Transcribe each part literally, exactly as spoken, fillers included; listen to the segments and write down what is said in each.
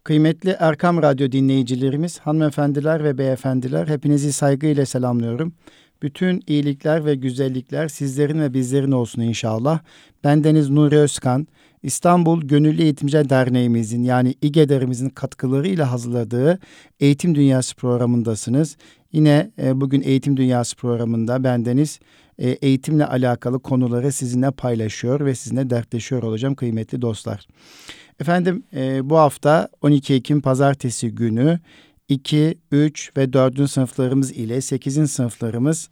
Kıymetli Erkam Radyo dinleyicilerimiz, hanımefendiler ve beyefendiler, hepinizi saygıyla selamlıyorum. Bütün iyilikler ve güzellikler sizlerin ve bizlerin olsun inşallah. Bendeniz Nuri Özkan, İstanbul Gönüllü Eğitimciler Derneğimizin yani İGEDER'imizin katkılarıyla hazırladığı Eğitim Dünyası programındasınız. Yine e, bugün Eğitim Dünyası programında bendeniz e, eğitimle alakalı konuları sizinle paylaşıyor ve sizinle dertleşiyor olacağım kıymetli dostlar. Efendim e, bu hafta on iki Ekim Pazartesi günü iki, üç ve dördüncü sınıflarımız ile sekizin sınıflarımız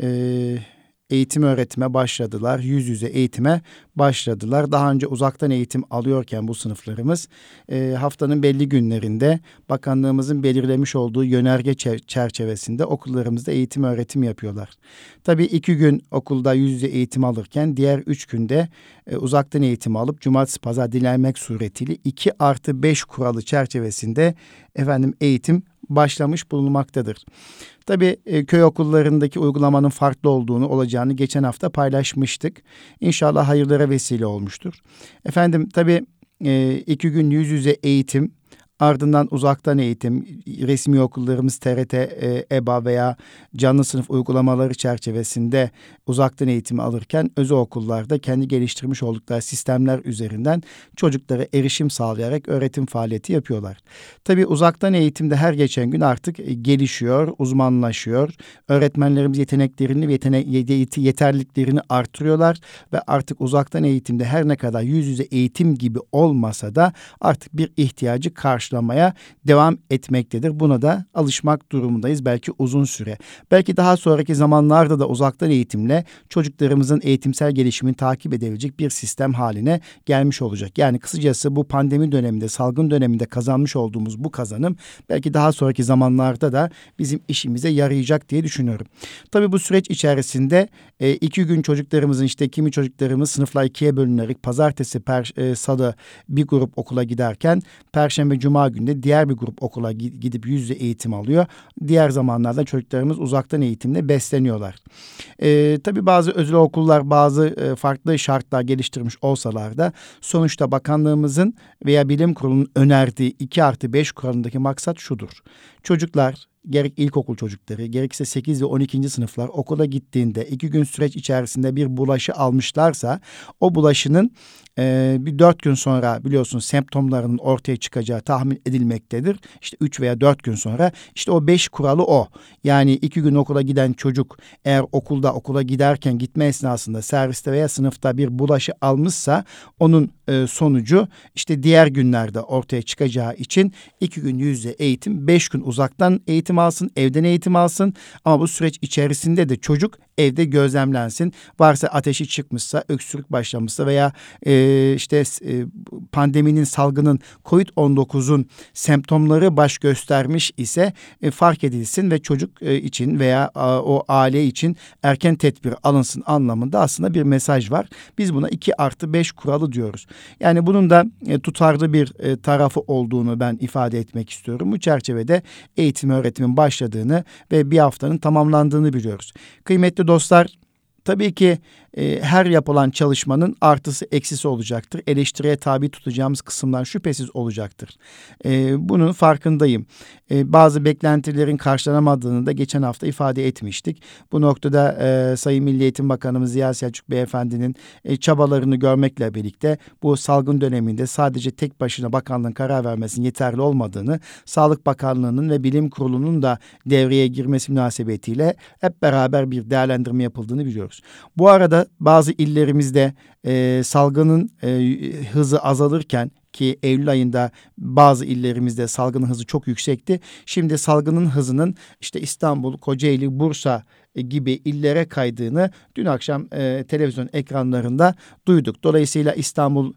e, eğitim öğretime başladılar. Yüz yüze eğitime başladılar. Daha önce uzaktan eğitim alıyorken bu sınıflarımız e, haftanın belli günlerinde bakanlığımızın belirlemiş olduğu yönerge çerçevesinde okullarımızda eğitim öğretim yapıyorlar. Tabii iki gün okulda yüz yüze eğitim alırken diğer üç günde e, uzaktan eğitim alıp cumartesi pazar dinlenmek suretiyle iki artı beş kuralı çerçevesinde efendim eğitim başlamış bulunmaktadır. Tabii e, köy okullarındaki uygulamanın farklı olduğunu, olacağını geçen hafta paylaşmıştık. İnşallah hayırlara vesile olmuştur. Efendim tabii e, iki gün yüz yüze eğitim, ardından uzaktan eğitim, resmi okullarımız T R T, e, E B A veya canlı sınıf uygulamaları çerçevesinde uzaktan eğitimi alırken özel okullarda kendi geliştirmiş oldukları sistemler üzerinden çocuklara erişim sağlayarak öğretim faaliyeti yapıyorlar. Tabii uzaktan eğitimde her geçen gün artık gelişiyor, uzmanlaşıyor. Öğretmenlerimiz yeteneklerini ve yetenek, yeterliliklerini artırıyorlar ve artık uzaktan eğitimde her ne kadar yüz yüze eğitim gibi olmasa da artık bir ihtiyacı karşılanıyor. Devam etmektedir. Buna da alışmak durumundayız belki uzun süre. Belki daha sonraki zamanlarda da uzaktan eğitimle çocuklarımızın eğitimsel gelişimini takip edebilecek bir sistem haline gelmiş olacak. Yani kısacası bu pandemi döneminde, salgın döneminde kazanmış olduğumuz bu kazanım belki daha sonraki zamanlarda da bizim işimize yarayacak diye düşünüyorum. Tabii bu süreç içerisinde e, iki gün çocuklarımızın işte kimi çocuklarımız sınıflar ikiye bölünerek pazartesi, per, e, salı bir grup okula giderken perşembe, cuma günde diğer bir grup okula gidip yüz yüze eğitim alıyor. Diğer zamanlarda çocuklarımız uzaktan eğitimle besleniyorlar. Ee, tabii bazı özel okullar bazı e, farklı şartlar geliştirmiş olsalar da sonuçta bakanlığımızın veya bilim kurulunun önerdiği iki artı beş kuralındaki maksat şudur. Çocuklar gerek ilkokul çocukları gerekse sekiz ve on ikinci sınıflar okula gittiğinde iki gün süreç içerisinde bir bulaşı almışlarsa o bulaşının e, bir dört gün sonra biliyorsunuz semptomlarının ortaya çıkacağı tahmin edilmektedir. İşte üç veya dört gün sonra işte o beş kuralı o. Yani iki gün okula giden çocuk eğer okulda okula giderken gitme esnasında serviste veya sınıfta bir bulaşı almışsa onun e, sonucu işte diğer günlerde ortaya çıkacağı için iki gün yüz yüze eğitim, beş gün uzaktan eğitim alsın, evden eğitim alsın ama bu süreç içerisinde de çocuk evde gözlemlensin. Varsa ateşi çıkmışsa, öksürük başlamışsa veya e, işte e, pandeminin, salgının kovid on dokuzun semptomları baş göstermiş ise e, fark edilsin ve çocuk e, için veya a, o aile için erken tedbir alınsın anlamında aslında bir mesaj var. Biz buna iki artı beş kuralı diyoruz. Yani bunun da e, tutarlı bir e, tarafı olduğunu ben ifade etmek istiyorum. Bu çerçevede eğitim öğretimin başladığını ve bir haftanın tamamlandığını biliyoruz. Kıymetli dostlar, tabii ki e, her yapılan çalışmanın artısı eksisi olacaktır. Eleştiriye tabi tutacağımız kısımlar şüphesiz olacaktır. E, bunun farkındayım. E, bazı beklentilerin karşılanamadığını da geçen hafta ifade etmiştik. Bu noktada e, Sayın Milli Eğitim Bakanımız Ziya Selçuk Beyefendi'nin e, çabalarını görmekle birlikte bu salgın döneminde sadece tek başına bakanlığın karar vermesinin yeterli olmadığını, Sağlık Bakanlığı'nın ve Bilim Kurulu'nun da devreye girmesi münasebetiyle hep beraber bir değerlendirme yapıldığını biliyoruz. Bu arada bazı illerimizde e, salgının e, hızı azalırken ki Eylül ayında bazı illerimizde salgının hızı çok yüksekti. Şimdi salgının hızının işte İstanbul, Kocaeli, Bursa gibi illere kaydığını dün akşam e, televizyon ekranlarında duyduk. Dolayısıyla İstanbul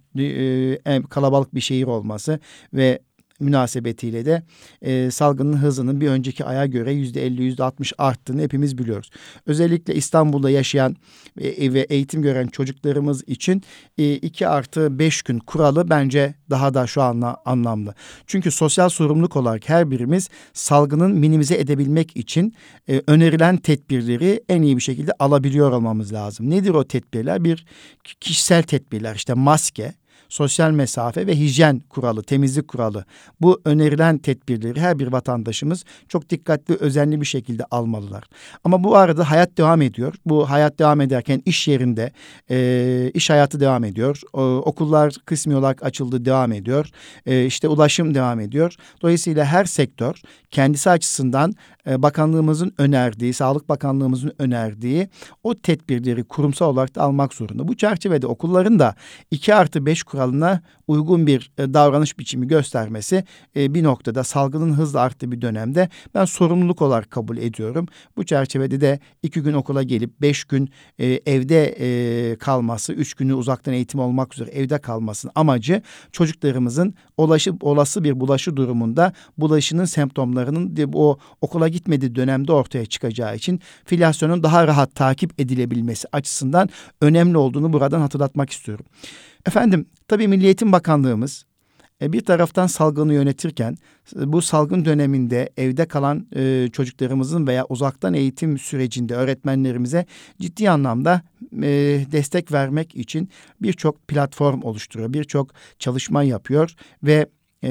e, kalabalık bir şehir olması ve münasebetiyle de e, salgının hızının bir önceki aya göre yüzde elli yüzde altmış arttığını hepimiz biliyoruz. Özellikle İstanbul'da yaşayan e, ve eğitim gören çocuklarımız için e, iki artı beş gün kuralı bence daha da şu anla anlamlı. Çünkü sosyal sorumluluk olarak her birimiz salgının minimize edebilmek için e, önerilen tedbirleri en iyi bir şekilde alabiliyor olmamız lazım. Nedir o tedbirler? Bir kişisel tedbirler, işte maske, sosyal mesafe ve hijyen kuralı, temizlik kuralı. Bu önerilen tedbirleri her bir vatandaşımız çok dikkatli, özenli bir şekilde almalılar. Ama bu arada hayat devam ediyor. Bu hayat devam ederken iş yerinde e, iş hayatı devam ediyor. O, okullar kısmi olarak açıldı, devam ediyor. E, işte ulaşım devam ediyor. Dolayısıyla her sektör kendisi açısından e, bakanlığımızın önerdiği, Sağlık Bakanlığımızın önerdiği o tedbirleri kurumsal olarak da almak zorunda. Bu çerçevede okulların da iki artı beş kuralına uygun bir e, davranış biçimi göstermesi e, bir noktada salgının hızla arttığı bir dönemde ben sorumluluk olarak kabul ediyorum. Bu çerçevede de iki gün okula gelip beş gün e, evde e, kalması, üç günü uzaktan eğitim olmak üzere evde kalmasının amacı çocuklarımızın olaşı, olası bir bulaşı durumunda bulaşının semptomlarının o okula gitmediği dönemde ortaya çıkacağı için filyasyonun daha rahat takip edilebilmesi açısından önemli olduğunu buradan hatırlatmak istiyorum. Efendim, tabii Milli Eğitim Bakanlığımız bir taraftan salgını yönetirken bu salgın döneminde evde kalan e, çocuklarımızın veya uzaktan eğitim sürecinde öğretmenlerimize ciddi anlamda e, destek vermek için birçok platform oluşturuyor, birçok çalışma yapıyor ve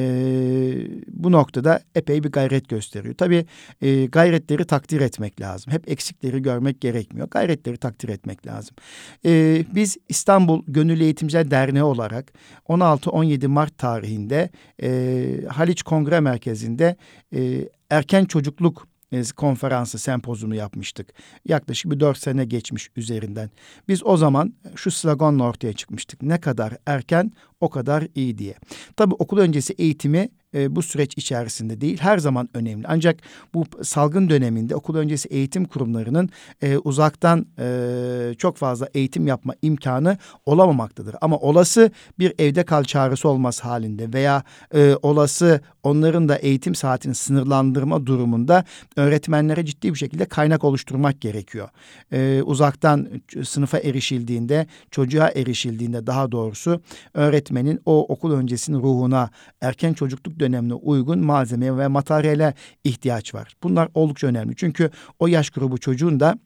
Ee, bu noktada epey bir gayret gösteriyor. Tabii e, gayretleri takdir etmek lazım. Hep eksikleri görmek gerekmiyor. Gayretleri takdir etmek lazım. Ee, biz İstanbul Gönüllü Eğitimciler Derneği olarak on altı on yedi Mart tarihinde e, Haliç Kongre Merkezi'nde e, erken çocukluk konferansı, sempozumu yapmıştık. Yaklaşık bir dört sene geçmiş üzerinden. Biz o zaman şu sloganla ortaya çıkmıştık. Ne kadar erken o kadar iyi diye. Tabii okul öncesi eğitimi e, bu süreç içerisinde değil, her zaman önemli. Ancak bu salgın döneminde okul öncesi eğitim kurumlarının e, uzaktan e, çok fazla eğitim yapma imkanı olamamaktadır. Ama olası bir evde kal çağrısı olması halinde veya e, olası onların da eğitim saatini sınırlandırma durumunda öğretmenlere ciddi bir şekilde kaynak oluşturmak gerekiyor. E, uzaktan sınıfa erişildiğinde, çocuğa erişildiğinde daha doğrusu öğretmenin o okul öncesinin ruhuna, erken çocukluk dönemine uygun malzemeye ve materyale ihtiyaç var. Bunlar oldukça önemli. Çünkü o yaş grubu çocuğun da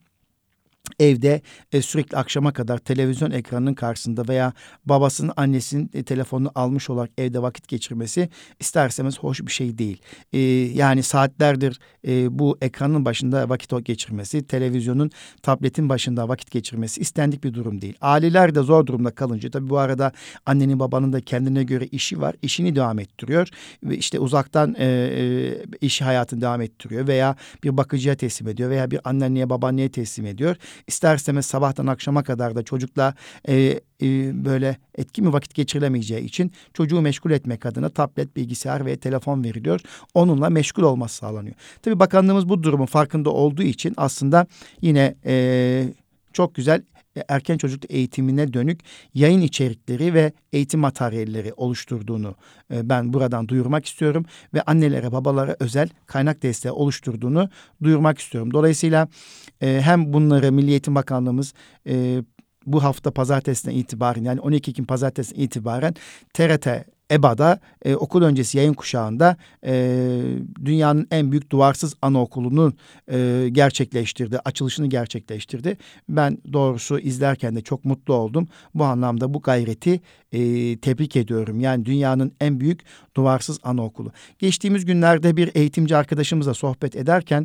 evde e, sürekli akşama kadar televizyon ekranının karşısında veya babasının, annesinin e, telefonunu almış olarak evde vakit geçirmesi isterseniz hoş bir şey değil. E, yani saatlerdir e, bu ekranın başında vakit geçirmesi, televizyonun, tabletin başında vakit geçirmesi istendik bir durum değil. Aileler de zor durumda kalınca, tabii bu arada annenin babanın da kendine göre işi var, işini devam ettiriyor ve işte uzaktan e, e, iş hayatını devam ettiriyor veya bir bakıcıya teslim ediyor veya bir anneanneye, babaanneye teslim ediyor. İsterseniz sabahtan akşama kadar da çocukla e, e, böyle etkin bir vakit geçirilemeyeceği için çocuğu meşgul etmek adına tablet, bilgisayar ve telefon veriliyor. Onunla meşgul olması sağlanıyor. Tabii bakanlığımız bu durumun farkında olduğu için aslında yine e, çok güzel erken çocukluk eğitimine dönük yayın içerikleri ve eğitim materyalleri oluşturduğunu e, ben buradan duyurmak istiyorum ve annelere, babalara özel kaynak desteği oluşturduğunu duyurmak istiyorum. Dolayısıyla e, hem bunları Milli Eğitim Bakanlığımız e, bu hafta pazartesinden itibaren, yani on iki Ekim pazartesinden itibaren T R T E B A'da e, okul öncesi yayın kuşağında e, dünyanın en büyük duvarsız anaokulunu e, gerçekleştirdi, açılışını gerçekleştirdi. Ben doğrusu izlerken de çok mutlu oldum. Bu anlamda bu gayreti e, tebrik ediyorum. Yani dünyanın en büyük duvarsız anaokulu. Geçtiğimiz günlerde bir eğitimci arkadaşımızla sohbet ederken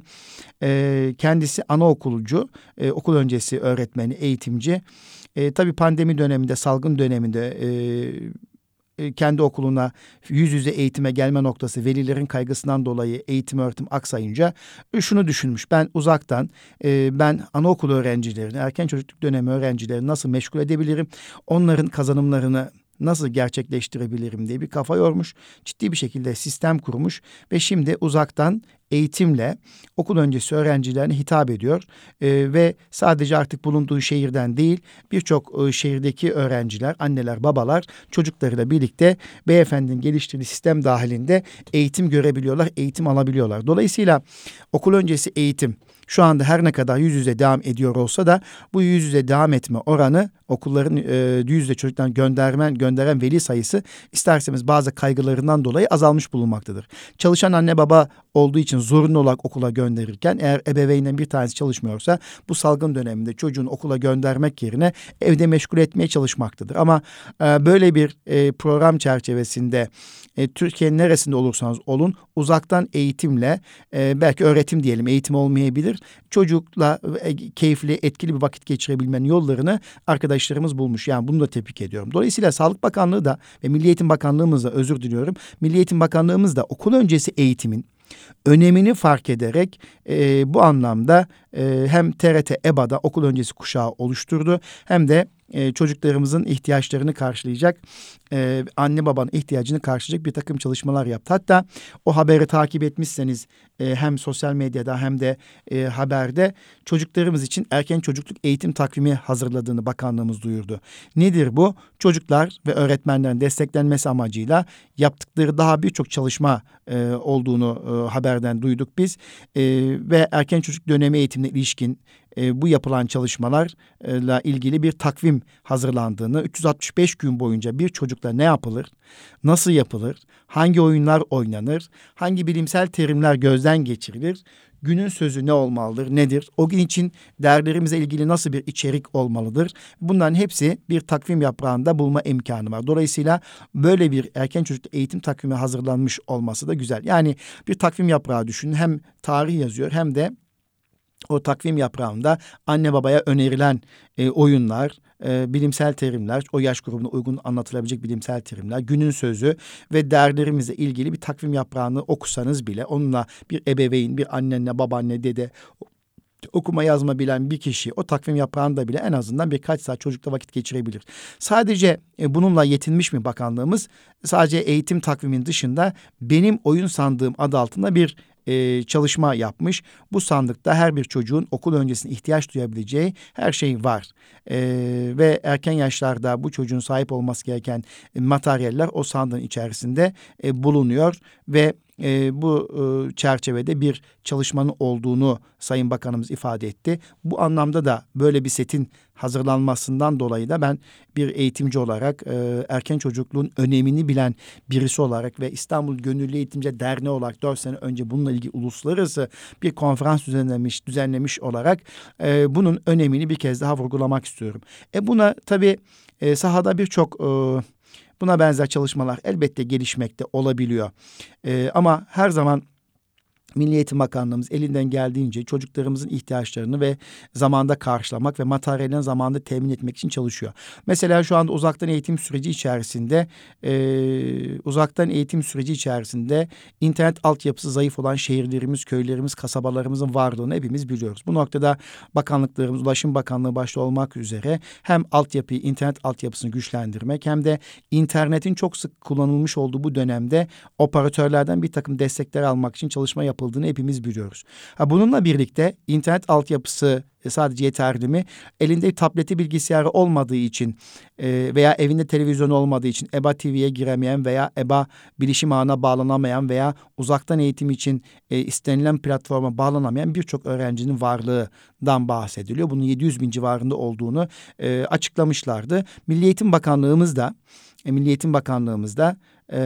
e, kendisi anaokulucu, e, okul öncesi öğretmeni, eğitimci. E, tabii pandemi döneminde, salgın döneminde e, kendi okuluna yüz yüze eğitime gelme noktası velilerin kaygısından dolayı eğitim öğretim aksayınca şunu düşünmüş. Ben uzaktan e, ben anaokulu öğrencilerini, erken çocukluk dönemi öğrencilerini nasıl meşgul edebilirim? Onların kazanımlarını nasıl gerçekleştirebilirim diye bir kafa yormuş. Ciddi bir şekilde sistem kurmuş ve şimdi uzaktan eğitimle okul öncesi öğrencilerine hitap ediyor. Ee, ve sadece artık bulunduğu şehirden değil, birçok e, şehirdeki öğrenciler, anneler, babalar çocuklarıyla birlikte beyefendinin geliştirdiği sistem dahilinde eğitim görebiliyorlar, eğitim alabiliyorlar. Dolayısıyla okul öncesi eğitim şu anda her ne kadar yüz yüze devam ediyor olsa da bu yüz yüze devam etme oranı, okulların e, yüz yüze çocuktan göndermen gönderen veli sayısı isterseniz bazı kaygılarından dolayı azalmış bulunmaktadır. Çalışan anne baba olduğu için zorunlu olarak okula gönderirken eğer ebeveynden bir tanesi çalışmıyorsa bu salgın döneminde çocuğunu okula göndermek yerine evde meşgul etmeye çalışmaktadır. Ama e, böyle bir e, program çerçevesinde e, Türkiye'nin neresinde olursanız olun uzaktan eğitimle e, belki öğretim diyelim, eğitim olmayabilir. Çocukla e, keyifli, etkili bir vakit geçirebilmenin yollarını arkadaşlarımız bulmuş. Yani bunu da tebrik ediyorum. Dolayısıyla Sağlık Bakanlığı da ve Milli Eğitim Bakanlığımız da, özür diliyorum, Milli Eğitim Bakanlığımız da okul öncesi eğitimin önemini fark ederek e, bu anlamda e, hem T R T E B A'da okul öncesi kuşağı oluşturdu hem de e, çocuklarımızın ihtiyaçlarını karşılayacak, e, anne babanın ihtiyacını karşılayacak bir takım çalışmalar yaptı. Hatta o haberi takip etmişseniz e, hem sosyal medyada hem de e, haberde çocuklarımız için erken çocukluk eğitim takvimi hazırladığını bakanlığımız duyurdu. Nedir bu? Çocuklar ve öğretmenlerin desteklenmesi amacıyla yaptıkları daha birçok çalışma e, olduğunu e, haberden duyduk biz e, ve erken çocuk dönemi eğitimine ilişkin e, bu yapılan çalışmalarla ilgili bir takvim hazırlandığını, üç yüz altmış beş gün boyunca bir çocukla ne yapılır, nasıl yapılır, hangi oyunlar oynanır, hangi bilimsel terimler gözden geçirilir, günün sözü ne olmalıdır, nedir, o gün için değerlerimizle ilgili nasıl bir içerik olmalıdır, bunların hepsi bir takvim yaprağında bulma imkanı var. Dolayısıyla böyle bir erken çocuk eğitim takvimi hazırlanmış olması da güzel. Yani bir takvim yaprağı düşünün, hem tarih yazıyor hem de o takvim yaprağında anne babaya önerilen e, oyunlar, e, bilimsel terimler, o yaş grubuna uygun anlatılabilecek bilimsel terimler, günün sözü ve değerlerimizle ilgili bir takvim yaprağını okusanız bile onunla bir ebeveyn, bir annenle, babaanne, dede, okuma yazma bilen bir kişi o takvim yaprağında bile en azından birkaç saat çocukla vakit geçirebilir. Sadece e, bununla yetinmiş mi bakanlığımız? Sadece eğitim takvimin dışında benim oyun sandığım adı altında bir e, çalışma yapmış. Bu sandıkta her bir çocuğun okul öncesinde ihtiyaç duyabileceği her şey var. E, ve erken yaşlarda bu çocuğun sahip olması gereken e, materyaller o sandığın içerisinde e, bulunuyor ve E, bu e, çerçevede bir çalışmanın olduğunu Sayın Bakanımız ifade etti. Bu anlamda da böyle bir setin hazırlanmasından dolayı da ben bir eğitimci olarak, e, erken çocukluğun önemini bilen birisi olarak ve İstanbul Gönüllü Eğitimci Derneği olarak dört sene önce bununla ilgili uluslararası bir konferans düzenlemiş, düzenlemiş olarak e, bunun önemini bir kez daha vurgulamak istiyorum. E buna tabii e, sahada birçok E, buna benzer çalışmalar elbette gelişmekte olabiliyor. Ee, ama her zaman Milli Eğitim Bakanlığımız elinden geldiğince çocuklarımızın ihtiyaçlarını ve zamanda karşılamak ve materyallerini zamanda temin etmek için çalışıyor. Mesela şu anda uzaktan eğitim süreci içerisinde e, uzaktan eğitim süreci içerisinde internet altyapısı zayıf olan şehirlerimiz, köylerimiz, kasabalarımızın varlığını hepimiz biliyoruz. Bu noktada bakanlıklarımız, Ulaşım Bakanlığı başta olmak üzere hem altyapıyı, internet altyapısını güçlendirmek hem de internetin çok sık kullanılmış olduğu bu dönemde operatörlerden bir takım destekler almak için çalışma yapılıyor. Yapıldığını hepimiz biliyoruz. Ha, bununla birlikte internet altyapısı sadece yeterli mi? Elinde tableti, bilgisayarı olmadığı için e, veya evinde televizyon olmadığı için E B A T V'ye giremeyen veya E B A bilişim ağına bağlanamayan veya uzaktan eğitim için e, istenilen platforma bağlanamayan birçok öğrencinin varlığından bahsediliyor. Bunun yedi yüz bin civarında olduğunu e, açıklamışlardı. Milli Eğitim Bakanlığımız da e, Milli Eğitim Bakanlığımız da e,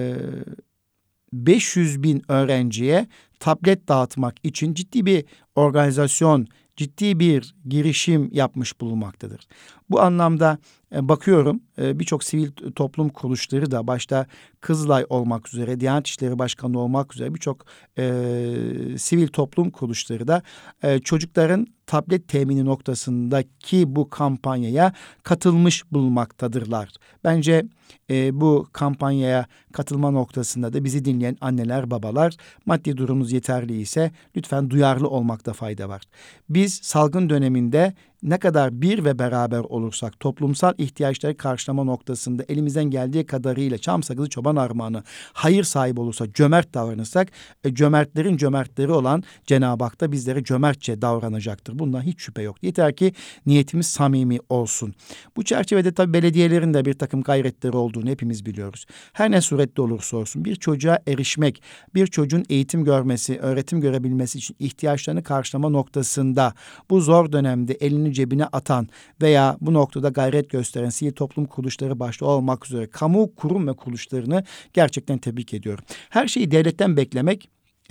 beş yüz bin öğrenciye tablet dağıtmak için ciddi bir organizasyon, ciddi bir girişim yapmış bulunmaktadır. Bu anlamda e, bakıyorum e, birçok sivil toplum kuruluşları da başta Kızılay olmak üzere, Diyanet İşleri Başkanı olmak üzere birçok e, sivil toplum kuruluşları da e, çocukların tablet temini noktasındaki bu kampanyaya katılmış bulunmaktadırlar. Bence e, bu kampanyaya katılma noktasında da bizi dinleyen anneler, babalar, maddi durumunuz yeterli ise lütfen duyarlı olmakta fayda var. Biz salgın döneminde ne kadar bir ve beraber olursak toplumsal ihtiyaçları karşılama noktasında elimizden geldiği kadarıyla çam sakızı çoban armağanı hayır sahibi olursak, cömert davranırsak e, cömertlerin cömertleri olan Cenab-ı Hak da bizlere cömertçe davranacaktır. Bundan hiç şüphe yok. Yeter ki niyetimiz samimi olsun. Bu çerçevede tabii belediyelerin de bir takım gayretleri olduğunu hepimiz biliyoruz. Her ne surette olursa olsun bir çocuğa erişmek, bir çocuğun eğitim görmesi, öğretim görebilmesi için ihtiyaçlarını karşılama noktasında bu zor dönemde elini cebine atan veya bu noktada gayret gösteren sivil toplum kuruluşları başta olmak üzere kamu kurum ve kuruluşlarını gerçekten tebrik ediyorum. Her şeyi devletten beklemek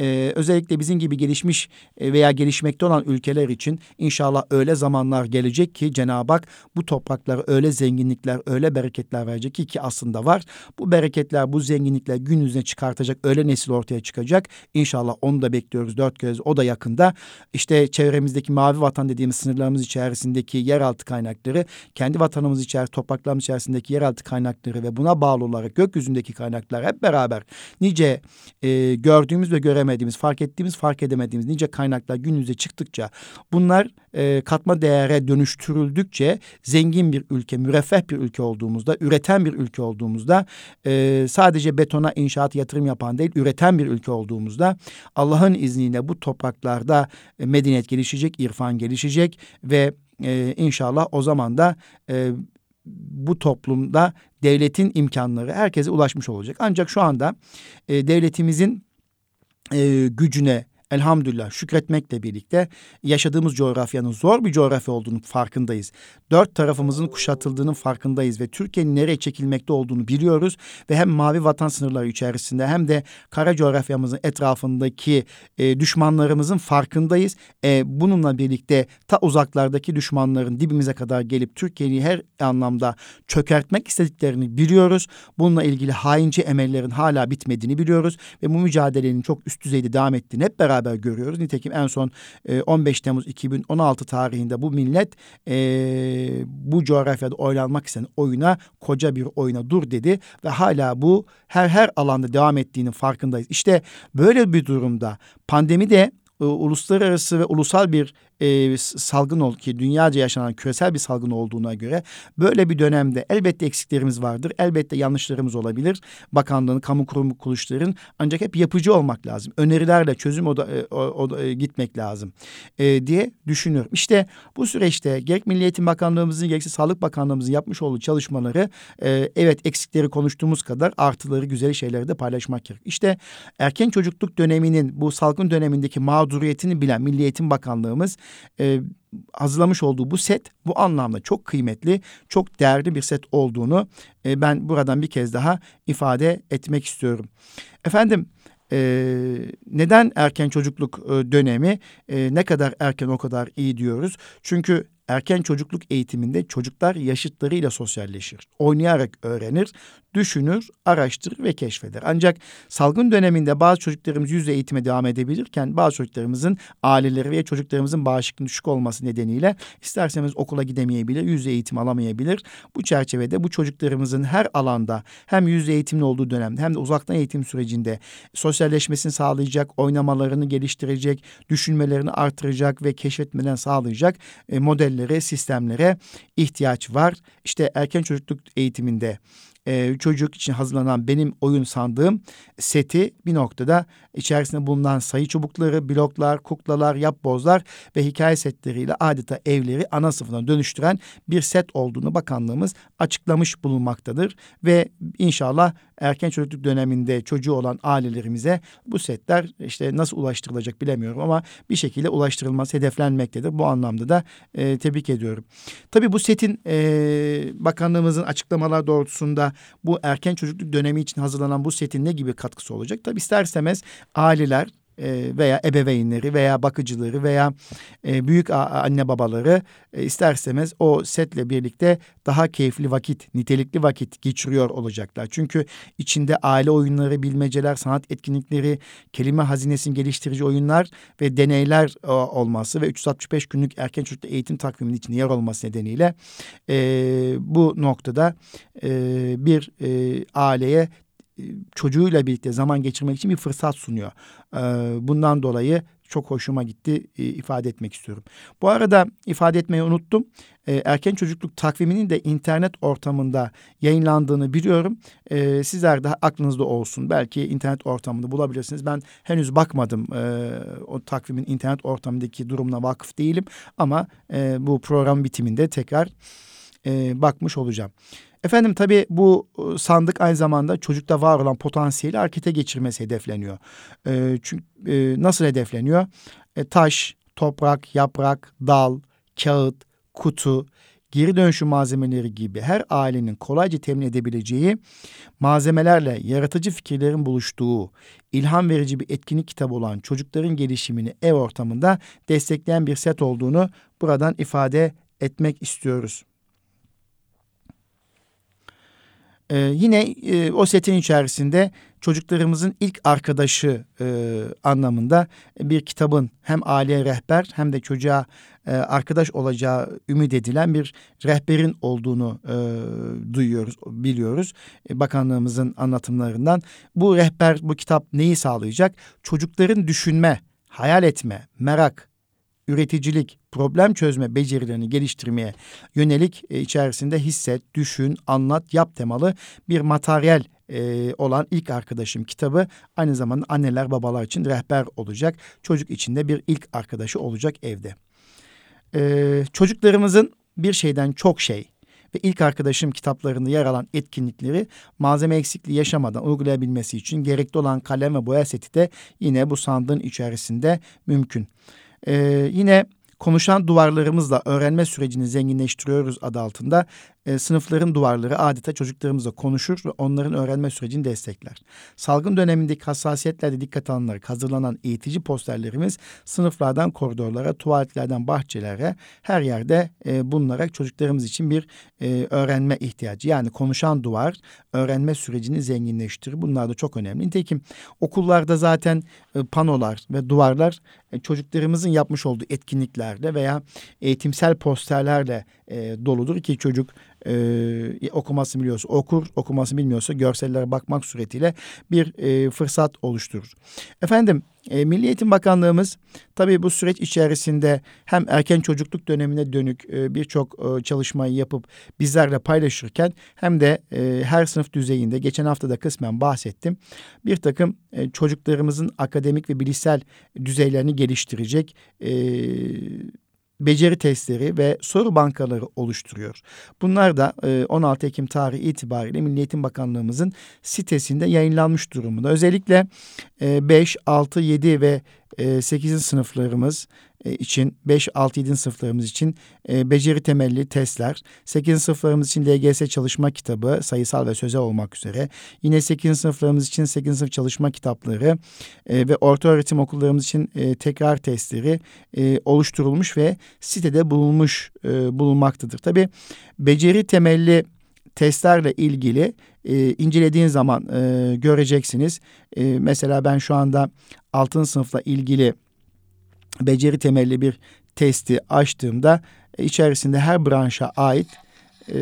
Ee, özellikle bizim gibi gelişmiş e, veya gelişmekte olan ülkeler için inşallah öyle zamanlar gelecek ki Cenab-ı Hak bu topraklara öyle zenginlikler, öyle bereketler verecek ki, ki aslında var. Bu bereketler, bu zenginlikler gün yüzüne çıkartacak öyle nesil ortaya çıkacak. İnşallah onu da bekliyoruz dört göz. O da yakında. İşte çevremizdeki mavi vatan dediğimiz sınırlarımız içerisindeki yeraltı kaynakları, kendi vatanımız içerisinde, topraklarımız içerisindeki yeraltı kaynakları ve buna bağlı olarak gökyüzündeki kaynaklar hep beraber nice e, gördüğümüz ve göremediğimiz, fark ettiğimiz, fark edemediğimiz nice kaynaklar gün yüze çıktıkça, bunlar e, katma değere dönüştürüldükçe zengin bir ülke, müreffeh bir ülke olduğumuzda, üreten bir ülke olduğumuzda, e, sadece betona, inşaat, yatırım yapan değil, üreten bir ülke olduğumuzda Allah'ın izniyle bu topraklarda e, medeniyet gelişecek, irfan gelişecek ve e, inşallah o zaman da e, bu toplumda devletin imkanları herkese ulaşmış olacak. Ancak şu anda e, devletimizin e, gücüne elhamdülillah şükretmekle birlikte yaşadığımız coğrafyanın zor bir coğrafya olduğunu farkındayız. Dört tarafımızın kuşatıldığının farkındayız ve Türkiye'nin nereye çekilmekte olduğunu biliyoruz ve hem mavi vatan sınırları içerisinde hem de kara coğrafyamızın etrafındaki e, düşmanlarımızın farkındayız. E, bununla birlikte ta uzaklardaki düşmanların dibimize kadar gelip Türkiye'yi her anlamda çökertmek istediklerini biliyoruz. Bununla ilgili haince emellerin hala bitmediğini biliyoruz ve bu mücadelenin çok üst düzeyde devam ettiğini hep beraber görüyoruz. Nitekim en son e, on beş Temmuz iki bin on altı tarihinde bu millet e, bu coğrafyada oylanmak isteyen oyuna, koca bir oyuna dur dedi ve hala bu her her alanda devam ettiğinin farkındayız. İşte böyle bir durumda pandemi de e, uluslararası ve ulusal bir e, salgın ol ki dünyaca yaşanan küresel bir salgın olduğuna göre böyle bir dönemde elbette eksiklerimiz vardır. Elbette yanlışlarımız olabilir. Bakanlığın, kamu kurumu kuruluşların ancak hep yapıcı olmak lazım. Önerilerle çözüm oda, o, o, e, gitmek lazım e, diye düşünüyorum. İşte bu süreçte gerek Milli Eğitim Bakanlığımızın gerekse Sağlık Bakanlığımızın yapmış olduğu çalışmaları e, evet eksikleri konuştuğumuz kadar artıları, güzel şeyleri de paylaşmak gerek. İşte erken çocukluk döneminin bu salgın dönemindeki mağduriyetini bilen Milli Eğitim Bakanlığımız e, hazırlamış olduğu bu set bu anlamda çok kıymetli, çok değerli bir set olduğunu e, ben buradan bir kez daha ifade etmek istiyorum. Efendim e, neden erken çocukluk e, dönemi e, ne kadar erken o kadar iyi diyoruz? Çünkü erken çocukluk eğitiminde çocuklar yaşıtlarıyla sosyalleşir, oynayarak öğrenir, düşünür, araştırır ve keşfeder. Ancak salgın döneminde bazı çocuklarımız yüz yüze eğitime devam edebilirken bazı çocuklarımızın aileleri ve çocuklarımızın bağışıklığının düşük olması nedeniyle isterseniz okula gidemeyebilir, yüz yüze eğitim alamayabilir. Bu çerçevede bu çocuklarımızın her alanda hem yüz yüze eğitimli olduğu dönemde hem de uzaktan eğitim sürecinde sosyalleşmesini sağlayacak, oynamalarını geliştirecek, düşünmelerini artıracak ve keşfetmelerini sağlayacak e, modellere, sistemlere ihtiyaç var. İşte erken çocukluk eğitiminde Ee, çocuk için hazırlanan benim oyun sandığım seti bir noktada içerisinde bulunan sayı çubukları, bloklar, kuklalar, yapbozlar ve hikaye setleriyle adeta evleri ana sınıfına dönüştüren bir set olduğunu bakanlığımız açıklamış bulunmaktadır. Ve inşallah erken çocukluk döneminde çocuğu olan ailelerimize bu setler işte nasıl ulaştırılacak bilemiyorum ama bir şekilde ulaştırılması hedeflenmektedir. Bu anlamda da e, tebrik ediyorum. Tabii bu setin e, bakanlığımızın açıklamalar doğrultusunda bu erken çocukluk dönemi için hazırlanan bu setin ne gibi katkısı olacak? Tabii ister istemez aileler veya ebeveynleri veya bakıcıları veya e, büyük anne babaları e, ister istemez o setle birlikte daha keyifli vakit, nitelikli vakit geçiriyor olacaklar. Çünkü içinde aile oyunları, bilmeceler, sanat etkinlikleri, kelime hazinesini geliştirici oyunlar ve deneyler e, olması ve üç yüz altmış beş günlük erken çocukluk eğitim takviminin içinde yer olması nedeniyle e, bu noktada e, bir e, aileye çocuğuyla birlikte zaman geçirmek için bir fırsat sunuyor. Bundan dolayı çok hoşuma gitti, ifade etmek istiyorum. Bu arada ifade etmeyi unuttum. Erken çocukluk takviminin de internet ortamında yayınlandığını biliyorum. Sizler de aklınızda olsun. Belki internet ortamında bulabilirsiniz. Ben henüz bakmadım. O takvimin internet ortamındaki durumuna vakıf değilim. Ama bu program bitiminde tekrar bakmış olacağım. Efendim tabii bu sandık aynı zamanda çocukta var olan potansiyeli harekete geçirmesi hedefleniyor. E, çünkü e, nasıl hedefleniyor? E, taş, toprak, yaprak, dal, kağıt, kutu geri dönüşüm malzemeleri gibi her ailenin kolayca temin edebileceği malzemelerle yaratıcı fikirlerin buluştuğu, ilham verici bir etkinlik kitabı olan çocukların gelişimini ev ortamında destekleyen bir set olduğunu buradan ifade etmek istiyoruz. Ee, yine e, o setin içerisinde çocuklarımızın ilk arkadaşı e, anlamında bir kitabın hem aileye rehber hem de çocuğa e, arkadaş olacağı ümit edilen bir rehberin olduğunu e, duyuyoruz, biliyoruz e, bakanlığımızın anlatımlarından. Bu rehber, bu kitap neyi sağlayacak? Çocukların düşünme, hayal etme, merak, üreticilik, problem çözme becerilerini geliştirmeye yönelik e, içerisinde hisset, düşün, anlat, yap temalı bir materyal e, olan ilk arkadaşım kitabı aynı zamanda anneler babalar için rehber olacak. Çocuk için de bir ilk arkadaşı olacak evde. E, çocuklarımızın bir şeyden çok şey ve ilk arkadaşım kitaplarında yer alan etkinlikleri malzeme eksikliği yaşamadan uygulayabilmesi için gerekli olan kalem ve boya seti de yine bu sandığın içerisinde mümkün. Ee, yine konuşan duvarlarımızla öğrenme sürecini zenginleştiriyoruz adı altında. Ee, sınıfların duvarları adeta çocuklarımızla konuşur ve onların öğrenme sürecini destekler. Salgın dönemindeki hassasiyetlerde dikkat alınarak hazırlanan eğitici posterlerimiz sınıflardan koridorlara, tuvaletlerden bahçelere her yerde e, bulunarak çocuklarımız için bir e, öğrenme ihtiyacı. Yani konuşan duvar öğrenme sürecini zenginleştirir. Bunlar da çok önemli. Nitekim okullarda zaten e, panolar ve duvarlar e, çocuklarımızın yapmış olduğu etkinliklerle veya eğitimsel posterlerle e, doludur ki çocuk e, okuması biliyorsa okur, okuması bilmiyorsa görsellere bakmak suretiyle bir e, fırsat oluşturur. Efendim, e, Milli Eğitim Bakanlığımız tabii bu süreç içerisinde hem erken çocukluk dönemine dönük e, birçok e, çalışmayı yapıp bizlerle paylaşırken hem de e, her sınıf düzeyinde, geçen hafta da kısmen bahsettim, bir takım e, çocuklarımızın akademik ve bilişsel düzeylerini geliştirecek e, beceri testleri ve soru bankaları oluşturuyor. Bunlar da on altı Ekim tarihi itibariyle Milli Eğitim Bakanlığımızın sitesinde yayınlanmış durumda. Özellikle beş, altı, yedi ve sekizinci sınıflarımız için, beş, altı, yedinci sınıflarımız için e, beceri temelli testler, sekizinci sınıflarımız için L G S çalışma kitabı, sayısal ve sözel olmak üzere, yine sekizinci sınıflarımız için sekizinci sınıf çalışma kitapları e, ve orta öğretim okullarımız için e, tekrar testleri e, oluşturulmuş ve sitede bulunmuş e, bulunmaktadır. Tabii beceri temelli testlerle ilgili e, incelediğin zaman e, göreceksiniz. E, mesela ben şu anda altıncı sınıfla ilgili beceri temelli bir testi açtığımda e, içerisinde her branşa ait e,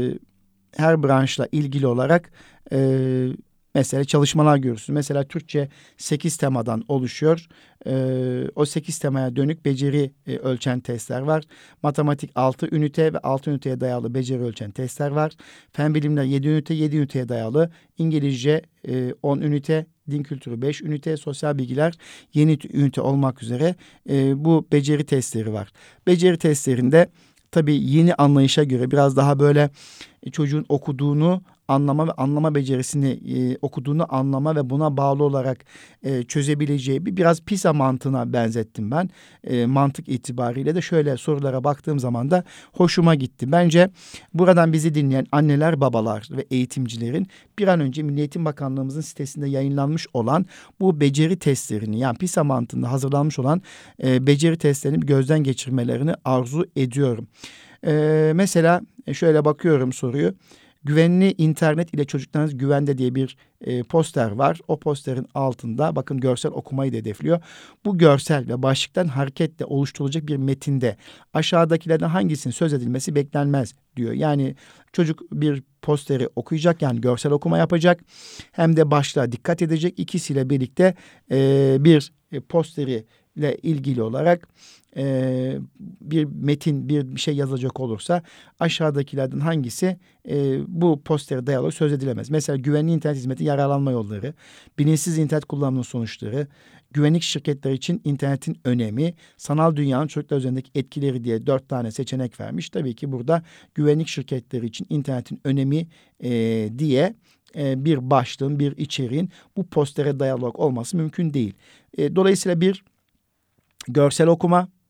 her branşla ilgili olarak e, mesela çalışmalar görürsünüz. Mesela Türkçe sekiz temadan oluşuyor. Ee, o sekiz temaya dönük beceri e, ölçen testler var. Matematik altı ünite ve altı üniteye dayalı beceri ölçen testler var. Fen bilimler yedi ünite, yedi üniteye dayalı. İngilizce e, on ünite, din kültürü beş ünite, sosyal bilgiler yeni ünite olmak üzere e, bu beceri testleri var. Beceri testlerinde tabii yeni anlayışa göre biraz daha böyle e, çocuğun okuduğunu anlama ve anlama becerisini e, okuduğunu anlama ve buna bağlı olarak e, çözebileceği bir biraz PISA mantığına benzettim ben. E, mantık itibariyle de şöyle sorulara baktığım zaman da hoşuma gitti. Bence buradan bizi dinleyen anneler, babalar ve eğitimcilerin bir an önce Milli Eğitim Bakanlığımızın sitesinde yayınlanmış olan bu beceri testlerini, yani PISA mantığında hazırlanmış olan e, beceri testlerini bir gözden geçirmelerini arzu ediyorum. E, mesela şöyle bakıyorum soruyu. Güvenli internet ile çocuklarınız güvende diye bir e, poster var. O posterin altında bakın görsel okumayı da hedefliyor. Bu görsel ve başlıktan hareketle oluşturulacak bir metinde aşağıdakilerden hangisinin söz edilmesi beklenmez diyor. Yani çocuk bir posteri okuyacak, yani görsel okuma yapacak. Hem de başlığa dikkat edecek. İkisiyle birlikte e, bir e, posteri ile ilgili olarak e, bir metin, bir, bir şey yazacak olursa aşağıdakilerden hangisi e, bu postere dayalı söz edilemez? Mesela güvenli internet hizmeti yararlanma yolları, bilinçsiz internet kullanımının sonuçları, güvenlik şirketleri için internetin önemi, sanal dünyanın çocuklar üzerindeki etkileri diye dört tane seçenek vermiş. Tabii ki burada güvenlik şirketleri için internetin önemi e, diye e, bir başlığın, bir içeriğin bu postere dayalı olması mümkün değil. E, dolayısıyla bir görsel okuma,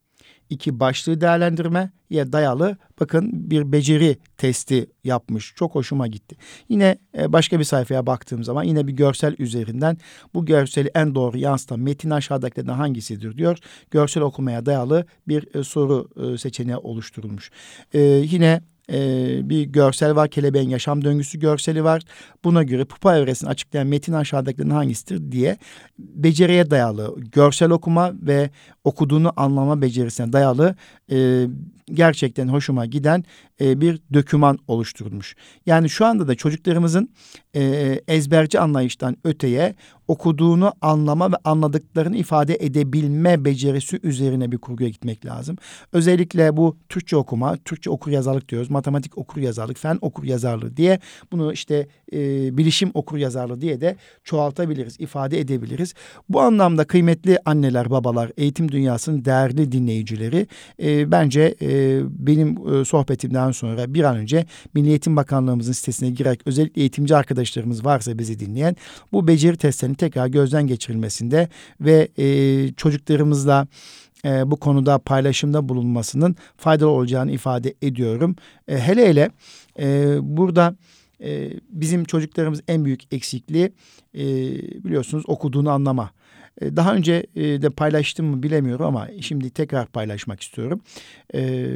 iki başlığı değerlendirmeye dayalı bakın bir beceri testi yapmış. Çok hoşuma gitti. Yine başka bir sayfaya baktığım zaman yine bir görsel üzerinden bu görseli en doğru yansıtan metin aşağıdakilerden hangisidir diyor. Görsel okumaya dayalı bir soru seçeneği oluşturulmuş. Ee, yine Ee, bir görsel var. Kelebeğin yaşam döngüsü görseli var. Buna göre pupa evresini açıklayan metin aşağıdakilerin hangisidir diye beceriye dayalı, görsel okuma ve okuduğunu anlama becerisine dayalı e, gerçekten hoşuma giden e, bir doküman oluşturulmuş. Yani şu anda da çocuklarımızın e, ezberci anlayıştan öteye okuduğunu anlama ve anladıklarını ifade edebilme becerisi üzerine bir kurguya gitmek lazım. Özellikle bu Türkçe okuma, Türkçe okur yazarlık diyoruz, matematik okur yazarlık, fen okur yazarlığı diye bunu işte e, bilişim okur yazarlığı diye de çoğaltabiliriz, ifade edebiliriz. Bu anlamda kıymetli anneler, babalar, eğitim dünyasının değerli dinleyicileri e, bence e, benim e, sohbetimden sonra bir an önce Milli Eğitim Bakanlığımızın sitesine girerek özellikle eğitimci arkadaşlarımız varsa bizi dinleyen bu beceri testlerini tekrar gözden geçirilmesinde ve e, çocuklarımızla e, bu konuda paylaşımda bulunmasının faydalı olacağını ifade ediyorum. E, hele hele e, burada e, bizim çocuklarımız en büyük eksikliği e, biliyorsunuz okuduğunu anlama. E, daha önce e, de paylaştım mı bilemiyorum ama şimdi tekrar paylaşmak istiyorum. E,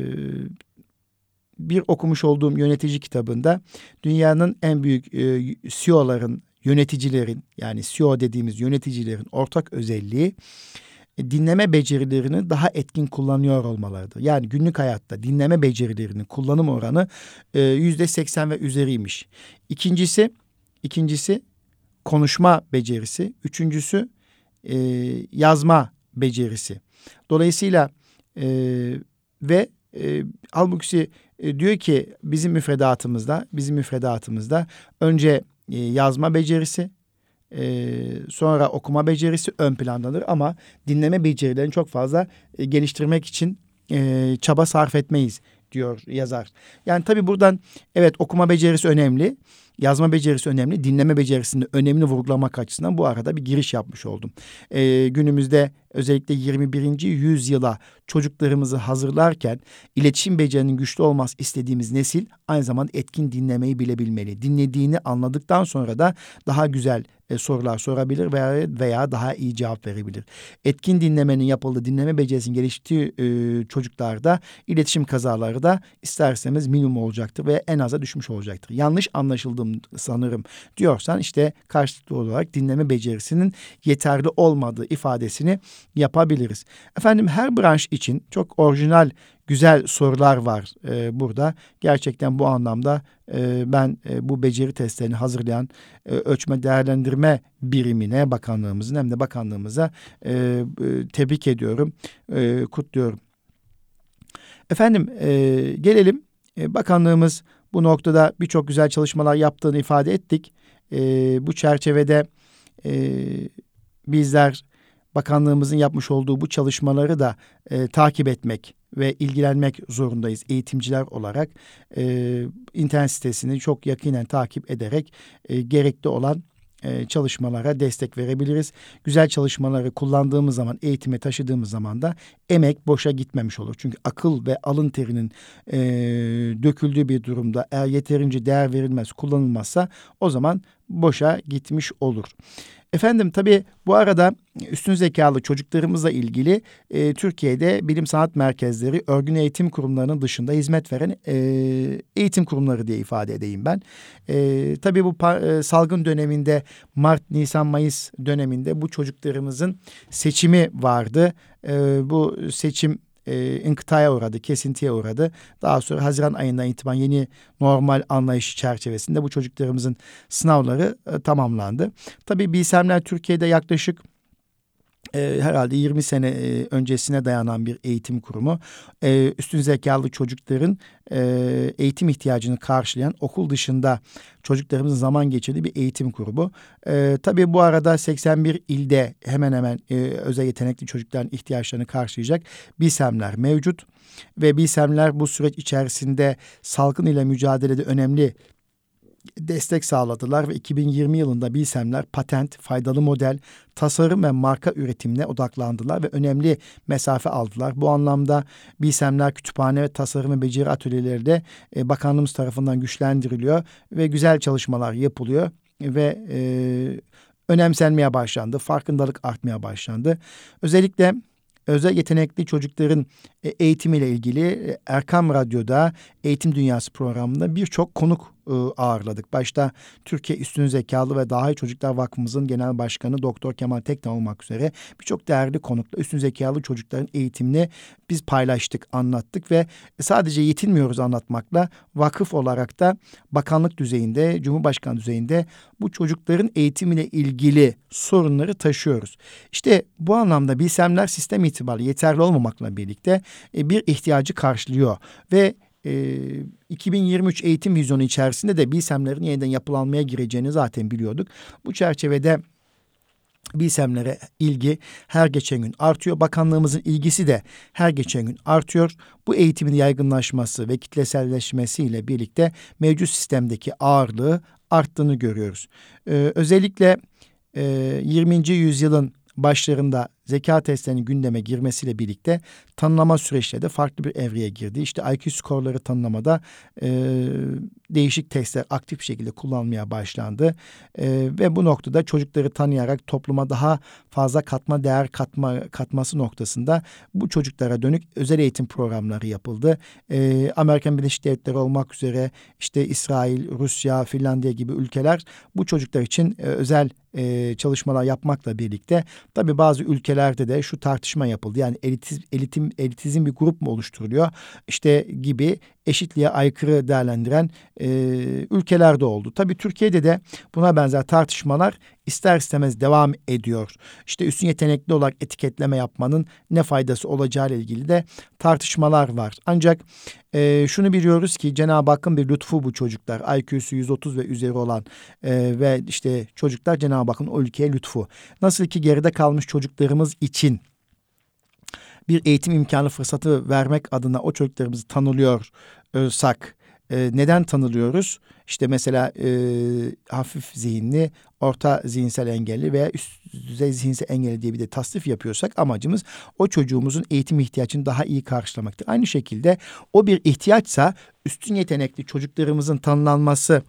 bir okumuş olduğum yönetici kitabında dünyanın en büyük e, C E O'ların, yöneticilerin yani C E O dediğimiz yöneticilerin ortak özelliği dinleme becerilerini daha etkin kullanıyor olmalarıdır. Yani günlük hayatta dinleme becerilerinin kullanım oranı yüzde seksen ve üzeriymiş. İkincisi, ikincisi konuşma becerisi. Üçüncüsü e, yazma becerisi. Dolayısıyla e, ve e, halbuki e, diyor ki bizim müfredatımızda, bizim müfredatımızda önce e, yazma becerisi, Ee, sonra okuma becerisi ön plandadır ama dinleme becerilerini çok fazla e, geliştirmek için e, çaba sarf etmeyiz diyor yazar. Yani tabii buradan evet okuma becerisi önemli, yazma becerisi önemli, dinleme becerisinin önemini vurgulamak açısından bu arada bir giriş yapmış oldum. Ee, günümüzde özellikle yirmi birinci yüzyıla çocuklarımızı hazırlarken iletişim becerinin güçlü olması istediğimiz nesil aynı zamanda etkin dinlemeyi bilebilmeli. Dinlediğini anladıktan sonra da daha güzel e, sorular sorabilir veya, veya daha iyi cevap verebilir. Etkin dinlemenin yapıldığı, dinleme becerisinin geliştiği e, çocuklarda iletişim kazaları da isterseniz minimum olacaktır ve en aza düşmüş olacaktır. Yanlış anlaşıldım sanırım diyorsan işte karşılıklı olarak dinleme becerisinin yeterli olmadığı ifadesini yapabiliriz. Efendim her branş için çok orijinal güzel sorular var e, burada. Gerçekten bu anlamda e, ben e, bu beceri testlerini hazırlayan e, ölçme değerlendirme birimine, bakanlığımızın hem de bakanlığımıza e, e, tebrik ediyorum, e, kutluyorum. Efendim e, gelelim e, bakanlığımız bu noktada birçok güzel çalışmalar yaptığını ifade ettik. E, bu çerçevede e, bizler bakanlığımızın yapmış olduğu bu çalışmaları da e, takip etmek ve ilgilenmek zorundayız eğitimciler olarak. E, internet sitesini çok yakinen takip ederek e, gerekli olan e, çalışmalara destek verebiliriz. Güzel çalışmaları kullandığımız zaman, eğitime taşıdığımız zaman da emek boşa gitmemiş olur. Çünkü akıl ve alın terinin e, döküldüğü bir durumda eğer yeterince değer verilmez, kullanılmazsa o zaman boşa gitmiş olur. Efendim tabii bu arada üstün zekalı çocuklarımızla ilgili e, Türkiye'de bilim sanat merkezleri, örgün eğitim kurumlarının dışında hizmet veren e, eğitim kurumları diye ifade edeyim ben. E, tabii bu e, salgın döneminde Mart, Nisan, Mayıs döneminde bu çocuklarımızın seçimi vardı. E, bu seçim E, inkıtaya uğradı, kesintiye uğradı. Daha sonra Haziran ayından itibaren yeni normal anlayışı çerçevesinde bu çocuklarımızın sınavları e, tamamlandı. Tabii Bilsemler Türkiye'de yaklaşık e, herhalde yirmi sene e, öncesine dayanan bir eğitim kurumu. E, üstün zekalı çocukların e, eğitim ihtiyacını karşılayan okul dışında çocuklarımızın zaman geçirdiği bir eğitim kurumu. E, tabii bu arada seksen bir ilde hemen hemen e, özel yetenekli çocukların ihtiyaçlarını karşılayacak Bilsemler mevcut. Ve Bilsemler bu süreç içerisinde salgın ile mücadelede önemli destek sağladılar ve iki bin yirmi yılında Bilsemler patent, faydalı model, tasarım ve marka üretimine odaklandılar ve önemli mesafe aldılar. Bu anlamda Bilsemler Kütüphane ve Tasarım ve Beceri Atölyeleri de e, bakanlığımız tarafından güçlendiriliyor ve güzel çalışmalar yapılıyor ve e, önemsenmeye başlandı, farkındalık artmaya başlandı. Özellikle özel yetenekli çocukların e, eğitimiyle ilgili e, Erkam Radyo'da Eğitim Dünyası programında birçok konuk e, ağırladık. Başta Türkiye Üstün Zekalı ve Dahi Çocuklar Vakfımızın Genel Başkanı Doktor Kemal Tekten olmak üzere birçok değerli konukla üstün zekalı çocukların eğitimini biz paylaştık, anlattık ve sadece yetinmiyoruz anlatmakla. Vakıf olarak da bakanlık düzeyinde, Cumhurbaşkanı düzeyinde bu çocukların eğitimiyle ilgili sorunları taşıyoruz. İşte bu anlamda Bilsemler sistem itibariyle yeterli olmamakla birlikte e, bir ihtiyacı karşılıyor ve e, iki bin yirmi üç eğitim vizyonu içerisinde de Bilsemlerin yeniden yapılanmaya gireceğini zaten biliyorduk. Bu çerçevede Bilsemlere ilgi her geçen gün artıyor. Bakanlığımızın ilgisi de her geçen gün artıyor. Bu eğitimin yaygınlaşması ve kitleselleşmesiyle birlikte mevcut sistemdeki ağırlığı arttığını görüyoruz. Ee, özellikle e, yirminci yüzyılın başlarında zeka testlerinin gündeme girmesiyle birlikte tanımlama süreçleri de farklı bir evreye girdi. İşte I Q skorları tanımlamada e, değişik testler aktif bir şekilde kullanmaya başlandı. E, ve bu noktada çocukları tanıyarak topluma daha fazla katma değer katma katması noktasında bu çocuklara dönük özel eğitim programları yapıldı. E, Amerika Birleşik Devletleri olmak üzere işte İsrail, Rusya, Finlandiya gibi ülkeler bu çocuklar için e, özel e, çalışmalar yapmakla birlikte tabii bazı ülkelerde de şu tartışma yapıldı. Yani elitiz, elitim, elitizm bir grup mu oluşturuluyor? İşte gibi eşitliğe aykırı değerlendiren e, ülkeler de oldu. Tabii Türkiye'de de buna benzer tartışmalar ister istemez devam ediyor. İşte üstün yetenekli olarak etiketleme yapmanın ne faydası olacağı ile ilgili de tartışmalar var. Ancak e, şunu biliyoruz ki Cenab-ı Hakk'ın bir lütfu bu çocuklar. I Q'su yüz otuz ve üzeri olan e, ve işte çocuklar Cenab-ı Hakk'ın o ülkeye lütfu. Nasıl ki geride kalmış çocuklarımız için bir eğitim imkanı fırsatı vermek adına o çocuklarımızı tanılıyorsak e, neden tanılıyoruz? İşte mesela e, hafif zihinli, orta zihinsel engelli veya üst düzey zihinsel engelli diye bir de tasnif yapıyorsak amacımız o çocuğumuzun eğitim ihtiyacını daha iyi karşılamaktır. Aynı şekilde o bir ihtiyaçsa üstün yetenekli çocuklarımızın tanınması,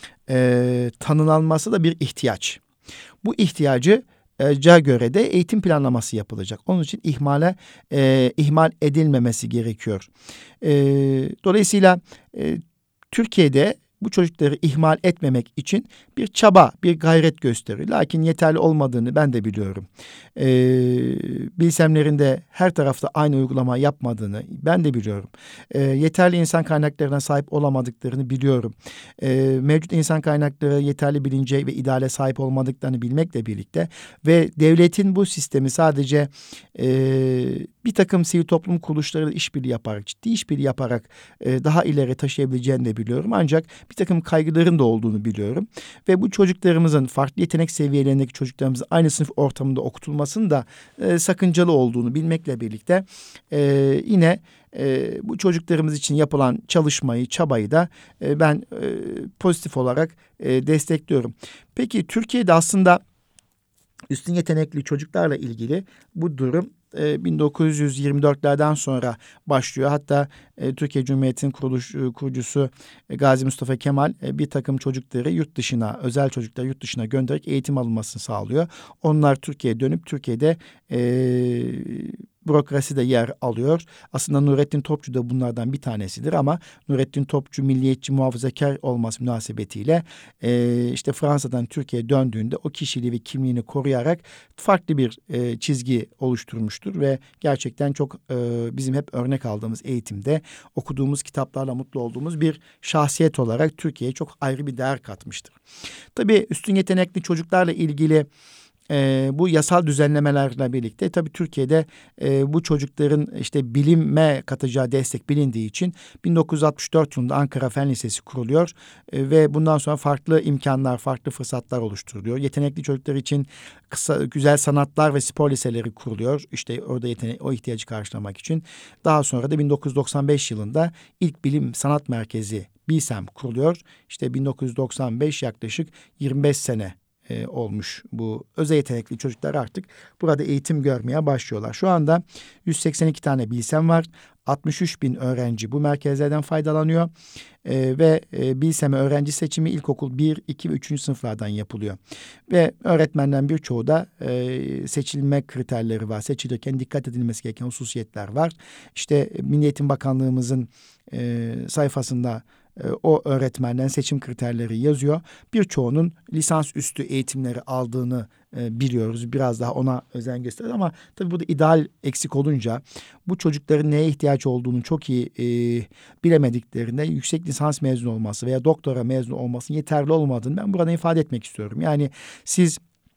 e, tanınılması da bir ihtiyaç. Bu ihtiyacı ca göre de eğitim planlaması yapılacak. Onun için ihmale e, ihmal edilmemesi gerekiyor. E, dolayısıyla e, Türkiye'de bu çocukları ihmal etmemek için bir çaba, bir gayret gösteriyor. Lakin yeterli olmadığını ben de biliyorum. Ee, Bilsemlerin de her tarafta aynı uygulama yapmadığını ben de biliyorum. Ee, yeterli insan kaynaklarına sahip olamadıklarını biliyorum. Ee, mevcut insan kaynakları yeterli bilince ve ideale sahip olmadıklarını bilmekle birlikte ve devletin bu sistemi sadece e, bir takım sivil toplum kuruluşlarıyla işbirliği yaparak, ciddi işbirliği yaparak e, daha ileri taşıyabileceğini de biliyorum. Ancak bir takım kaygıların da olduğunu biliyorum. Ve bu çocuklarımızın, farklı yetenek seviyelerindeki çocuklarımızın aynı sınıf ortamında okutulmasının da e, sakıncalı olduğunu bilmekle birlikte e, yine e, bu çocuklarımız için yapılan çalışmayı, çabayı da e, ben e, pozitif olarak e, destekliyorum. Peki Türkiye'de aslında üstün yetenekli çocuklarla ilgili bu durum bin dokuz yüz yirmi dörtlerden sonra başlıyor. Hatta e, Türkiye Cumhuriyeti'nin kuruluş, e, kurucusu e, Gazi Mustafa Kemal e, bir takım çocukları yurt dışına, özel çocukları yurt dışına göndererek eğitim alınmasını sağlıyor. Onlar Türkiye'ye dönüp Türkiye'de e, bürokrasi de yer alıyor. Aslında Nurettin Topçu da bunlardan bir tanesidir ama Nurettin Topçu milliyetçi muhafazakar olması münasebetiyle e, işte Fransa'dan Türkiye'ye döndüğünde o kişiliği ve kimliğini koruyarak farklı bir e, çizgi oluşturmuştur ve gerçekten çok e, bizim hep örnek aldığımız eğitimde okuduğumuz kitaplarla mutlu olduğumuz bir şahsiyet olarak Türkiye'ye çok ayrı bir değer katmıştır. Tabii üstün yetenekli çocuklarla ilgili e, bu yasal düzenlemelerle birlikte tabii Türkiye'de e, bu çocukların işte bilime katacağı destek bilindiği için bin dokuz yüz altmış dört yılında Ankara Fen Lisesi kuruluyor e, ve bundan sonra farklı imkanlar, farklı fırsatlar oluşturuluyor. Yetenekli çocuklar için kısa, güzel sanatlar ve spor liseleri kuruluyor. İşte orada yetenek, o ihtiyacı karşılamak için. Daha sonra da bin dokuz yüz doksan beş yılında ilk bilim sanat merkezi Bilsem kuruluyor. İşte bin dokuz yüz doksan beş yaklaşık yirmi beş sene e, olmuş bu özel yetenekli çocuklar artık burada eğitim görmeye başlıyorlar. Şu anda yüz seksen iki tane Bilsem var. altmış üç bin öğrenci bu merkezlerden faydalanıyor. E, ve e, Bilsem'e öğrenci seçimi ilkokul bir, iki ve üçüncü sınıflardan yapılıyor. Ve öğretmenlerin birçoğu da e, seçilme kriterleri var. Seçilirken dikkat edilmesi gereken hususiyetler var. İşte Milli Eğitim Bakanlığımızın e, sayfasında o öğretmenden seçim kriterleri yazıyor. Birçoğunun lisans üstü eğitimleri aldığını e, biliyoruz. Biraz daha ona özen gösteriyoruz ama tabii burada ideal eksik olunca bu çocukların neye ihtiyaç olduğunu çok iyi e, bilemediklerinde yüksek lisans mezunu olması veya doktora mezunu olmasının yeterli olmadığını ben burada ifade etmek istiyorum. Yani siz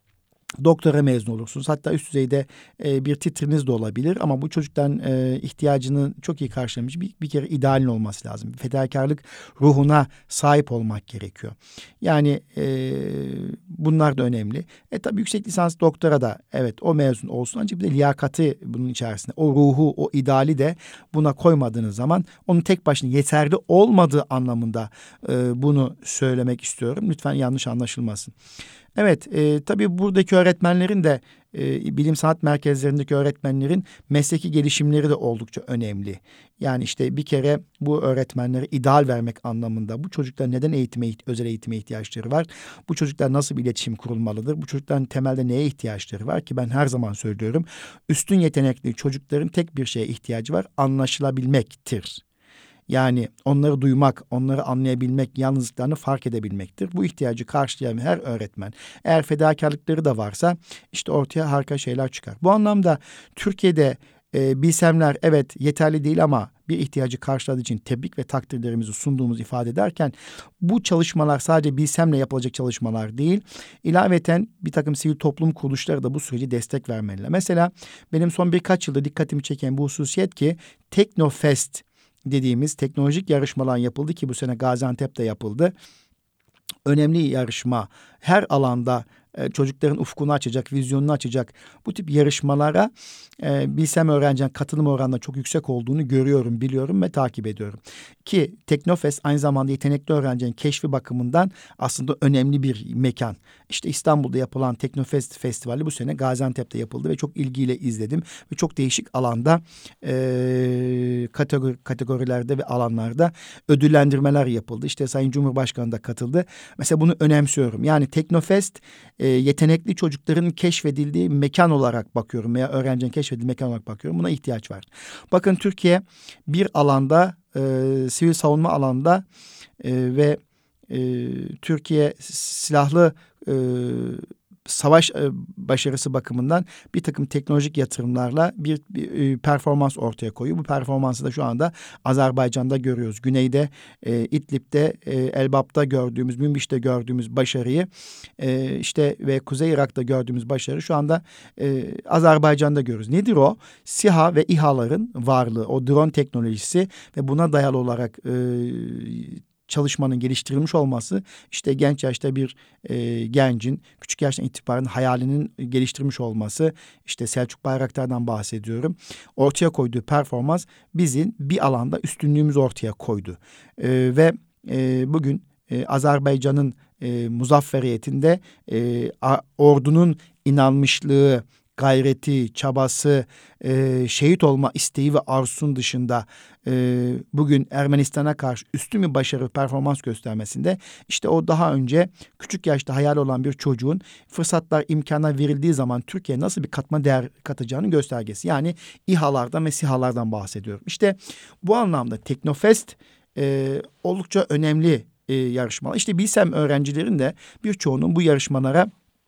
doktora mezun olursunuz. Hatta üst düzeyde e, bir titriniz de olabilir ama bu çocukların e, ihtiyacını çok iyi karşılamış bir, bir kere idealin olması lazım. Fedakarlık ruhuna sahip olmak gerekiyor. Yani e, bunlar da önemli. E tabii yüksek lisans doktora da evet o mezun olsun ancak bir de liyakati bunun içerisinde. O ruhu, o ideali de buna koymadığınız zaman onun tek başına yeterli olmadığı anlamında e, bunu söylemek istiyorum. Lütfen yanlış anlaşılmasın. Evet, e, tabii buradaki öğretmenlerin de e, bilim sanat merkezlerindeki öğretmenlerin mesleki gelişimleri de oldukça önemli. Yani işte bir kere bu öğretmenlere ideal vermek anlamında bu çocuklar neden eğitime, özel eğitime ihtiyaçları var? Bu çocuklar nasıl bir iletişim kurulmalıdır? Bu çocukların temelde neye ihtiyaçları var ki ben her zaman söylüyorum. Üstün yetenekli çocukların tek bir şeye ihtiyacı var, anlaşılabilmektir. Yani onları duymak, onları anlayabilmek, yalnızlıklarını fark edebilmektir. Bu ihtiyacı karşılayan her öğretmen, eğer fedakarlıkları da varsa işte ortaya harika şeyler çıkar. Bu anlamda Türkiye'de e, Bilsemler evet yeterli değil ama bir ihtiyacı karşıladığı için tebrik ve takdirlerimizi sunduğumuzu ifade ederken bu çalışmalar sadece Bilsem'le yapılacak çalışmalar değil. İlaveten bir takım sivil toplum kuruluşları da bu sürece destek vermeliler. Mesela benim son birkaç yılda dikkatimi çeken bu hususiyet ki Teknofest dediğimiz teknolojik yarışmalar yapıldı ki bu sene Gaziantep'te yapıldı. Önemli yarışma, her alanda e, çocukların ufkunu açacak, vizyonunu açacak bu tip yarışmalara e, Bilsem öğrencinin katılım oranında çok yüksek olduğunu görüyorum, biliyorum ve takip ediyorum. Ki Teknofest aynı zamanda yetenekli öğrencinin keşfi bakımından aslında önemli bir mekan. İşte İstanbul'da yapılan Teknofest Festivali bu sene Gaziantep'te yapıldı ve çok ilgiyle izledim. Ve çok değişik alanda e, kategori, kategorilerde ve alanlarda ödüllendirmeler yapıldı. İşte Sayın Cumhurbaşkanı da katıldı. Mesela bunu önemsiyorum. Yani Teknofest e, yetenekli çocukların keşfedildiği mekan olarak bakıyorum veya öğrencinin keşfedildiği mekan olarak bakıyorum. Buna ihtiyaç var. Bakın Türkiye bir alanda e, sivil savunma alanda e, ve e, Türkiye silahlı e, savaş e, başarısı bakımından bir takım teknolojik yatırımlarla bir, bir e, performans ortaya koyuyor. Bu performansı da şu anda Azerbaycan'da görüyoruz. Güneyde e, İdlib'de, e, Elbap'ta gördüğümüz, Münbiş'te gördüğümüz başarıyı e, işte ve Kuzey Irak'ta gördüğümüz başarı şu anda e, Azerbaycan'da görüyoruz. Nedir o? SİHA ve İHA'ların varlığı, o drone teknolojisi ve buna dayalı olarak e, çalışmanın geliştirilmiş olması işte genç yaşta bir e, gencin küçük yaştan itibaren hayalinin geliştirmiş olması, işte Selçuk Bayraktar'dan bahsediyorum. Ortaya koyduğu performans bizim bir alanda üstünlüğümüz ortaya koydu. E, ve e, bugün e, Azerbaycan'ın e, muzafferiyetinde e, a, ordunun inanmışlığı, gayreti, çabası, e, şehit olma isteği ve arzusunun dışında e, bugün Ermenistan'a karşı üstün bir başarı performans göstermesinde işte o daha önce küçük yaşta hayal olan bir çocuğun fırsatlar, imkanlar verildiği zaman Türkiye'ye nasıl bir katma değer katacağının göstergesi. Yani İHA'lardan ve SİHA'lardan bahsediyorum. İşte bu anlamda Teknofest e, oldukça önemli e, yarışmalar. İşte Bilsem öğrencilerin de birçoğunun bu yarışmalara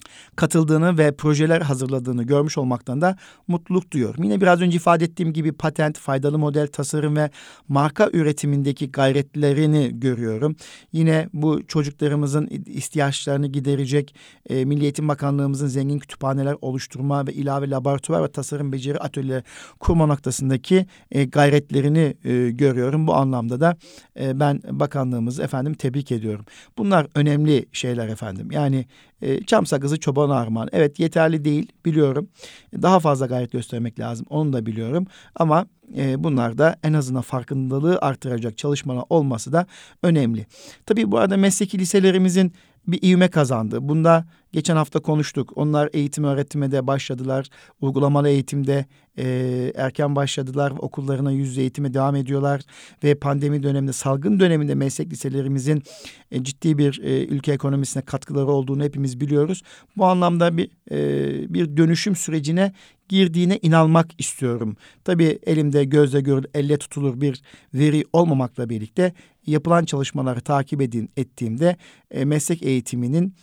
katıldığını ve projeler hazırladığını görmüş olmaktan da mutluluk duyuyorum. Yine biraz önce ifade ettiğim gibi patent, faydalı model tasarım ve marka üretimindeki gayretlerini görüyorum. Yine bu çocuklarımızın ihtiyaçlarını giderecek e, Milli Eğitim Bakanlığımızın zengin kütüphaneler oluşturma ve ilave laboratuvar ve tasarım beceri atölyeleri kurma noktasındaki e, gayretlerini e, görüyorum. Bu anlamda da e, ben bakanlığımızı efendim tebrik ediyorum. Bunlar önemli şeyler efendim. Yani e, çam sakızı çobana armağan. Evet, yeterli değil biliyorum. Daha fazla gayret göstermek lazım. Onu da biliyorum. Ama e, bunlar da en azından farkındalığı artıracak çalışmalar olması da önemli. Tabii bu arada mesleki liselerimizin bir ivme kazandı. Bunda geçen hafta konuştuk. Onlar eğitim öğretime de başladılar. Uygulamalı eğitimde e, erken başladılar. Okullarına yüz yüze eğitime devam ediyorlar. Ve pandemi döneminde, salgın döneminde meslek liselerimizin e, ciddi bir e, ülke ekonomisine katkıları olduğunu hepimiz biliyoruz. Bu anlamda bir e, bir dönüşüm sürecine girdiğine inanmak istiyorum. Tabii elimde gözle görülür, elle tutulur bir veri olmamakla birlikte yapılan çalışmaları takip edin, ettiğimde e, meslek eğitiminin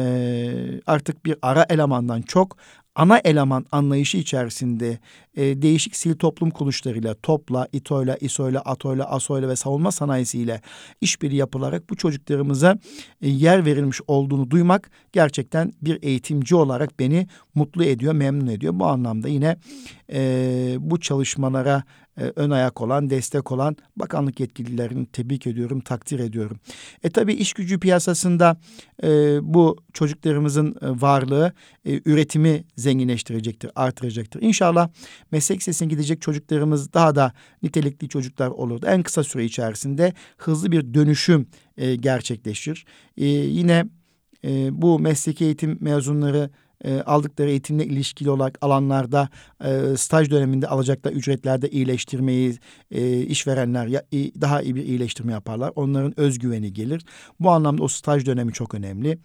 e, artık bir ara elemandan çok ana eleman anlayışı içerisinde e, değişik sivil toplum kuruluşlarıyla, TOP'la, İTO'yla, İSO'yla, ATO'yla, ASO'yla ve savunma sanayisiyle işbirliği yapılarak bu çocuklarımıza e, yer verilmiş olduğunu duymak gerçekten bir eğitimci olarak beni mutlu ediyor, memnun ediyor. Bu anlamda yine e, bu çalışmalara e, ön ayak olan, destek olan bakanlık yetkililerini tebrik ediyorum, takdir ediyorum. E tabii iş gücü piyasasında e, bu çocuklarımızın e, varlığı e, üretimi zenginleştirecektir, artıracaktır. İnşallah meslek lisesine gidecek çocuklarımız daha da nitelikli çocuklar olur. En kısa süre içerisinde hızlı bir dönüşüm e, gerçekleşir. E, yine e, bu mesleki eğitim mezunları E, aldıkları eğitimle ilişkili olarak alanlarda e, staj döneminde alacakları ücretlerde iyileştirmeyi e, işverenler ya, i, daha iyi bir iyileştirme yaparlar. Onların özgüveni gelir. Bu anlamda o staj dönemi çok önemli.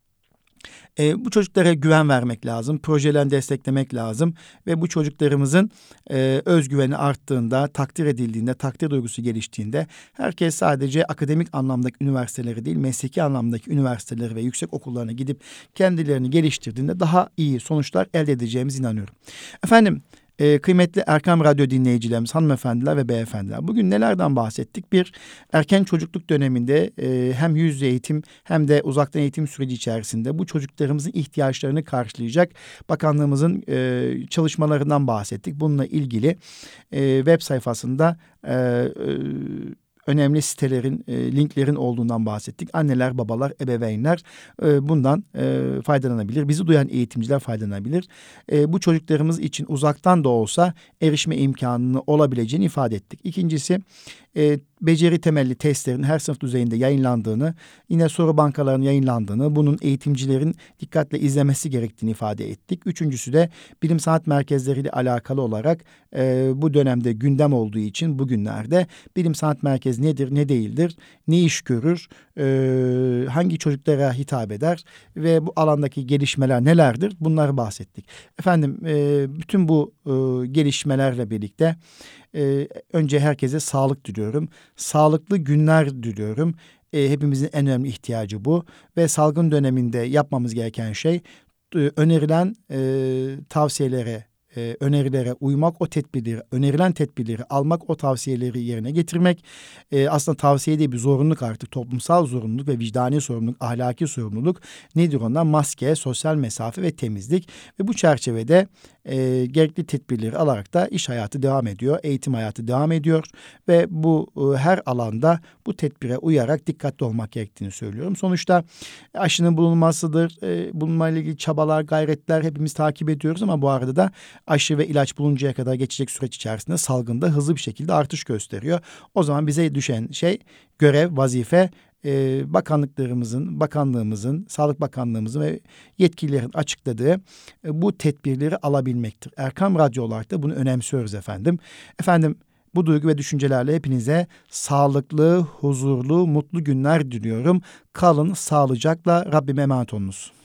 E, bu çocuklara güven vermek lazım, projelerini desteklemek lazım ve bu çocuklarımızın e, özgüveni arttığında, takdir edildiğinde, takdir duygusu geliştiğinde herkes sadece akademik anlamdaki üniversiteleri değil, mesleki anlamdaki üniversiteleri ve yüksek okullarına gidip kendilerini geliştirdiğinde daha iyi sonuçlar elde edeceğimize inanıyorum. Efendim, Ee, kıymetli Erkam Radyo dinleyicilerimiz, hanımefendiler ve beyefendiler. Bugün nelerden bahsettik? Bir, erken çocukluk döneminde e, hem yüz yüze eğitim hem de uzaktan eğitim süreci içerisinde bu çocuklarımızın ihtiyaçlarını karşılayacak bakanlığımızın e, çalışmalarından bahsettik. Bununla ilgili e, web sayfasında e, e, önemli sitelerin, e, linklerin olduğundan bahsettik. Anneler, babalar, ebeveynler e, bundan e, faydalanabilir. Bizi duyan eğitimciler faydalanabilir. E, bu çocuklarımız için uzaktan da olsa erişme imkanını olabileceğini ifade ettik. İkincisi, e, beceri temelli testlerin her sınıf düzeyinde yayınlandığını, yine soru bankalarının yayınlandığını, bunun eğitimcilerin dikkatle izlemesi gerektiğini ifade ettik. Üçüncüsü de bilim sanat merkezleriyle alakalı olarak e, bu dönemde gündem olduğu için bugünlerde bilim sanat merkezi nedir, ne değildir, ne iş görür, e, hangi çocuklara hitap eder ve bu alandaki gelişmeler nelerdir, bunları bahsettik. Efendim, e, bütün bu e, gelişmelerle birlikte Ee, önce herkese sağlık diliyorum. Sağlıklı günler diliyorum. Ee, hepimizin en önemli ihtiyacı bu. Ve salgın döneminde yapmamız gereken şey e, önerilen e, tavsiyelere, e, önerilere uymak, o tedbirleri, önerilen tedbirleri almak, o tavsiyeleri yerine getirmek. E, aslında tavsiye değil, bir zorunluluk artık. Toplumsal zorunluluk ve vicdani sorumluluk, ahlaki sorumluluk. Nedir onlar? Maske, sosyal mesafe ve temizlik. Ve bu çerçevede e, gerekli tedbirleri alarak da iş hayatı devam ediyor, eğitim hayatı devam ediyor ve bu e, her alanda bu tedbire uyarak dikkatli olmak gerektiğini söylüyorum. Sonuçta aşının bulunmasıdır, e, bulunmayla ilgili çabalar, gayretler hepimiz takip ediyoruz ama bu arada da aşı ve ilaç buluncaya kadar geçecek süreç içerisinde salgında hızlı bir şekilde artış gösteriyor. O zaman bize düşen şey, görev, vazife, Ee, bakanlıklarımızın, bakanlığımızın, Sağlık Bakanlığımızın ve yetkililerin açıkladığı e, bu tedbirleri alabilmektir. Erkam Radyo olarak da bunu önemsiyoruz efendim. Efendim, bu duygu ve düşüncelerle hepinize sağlıklı, huzurlu, mutlu günler diliyorum. Kalın sağlıcakla, Rabbime emanet olunuz.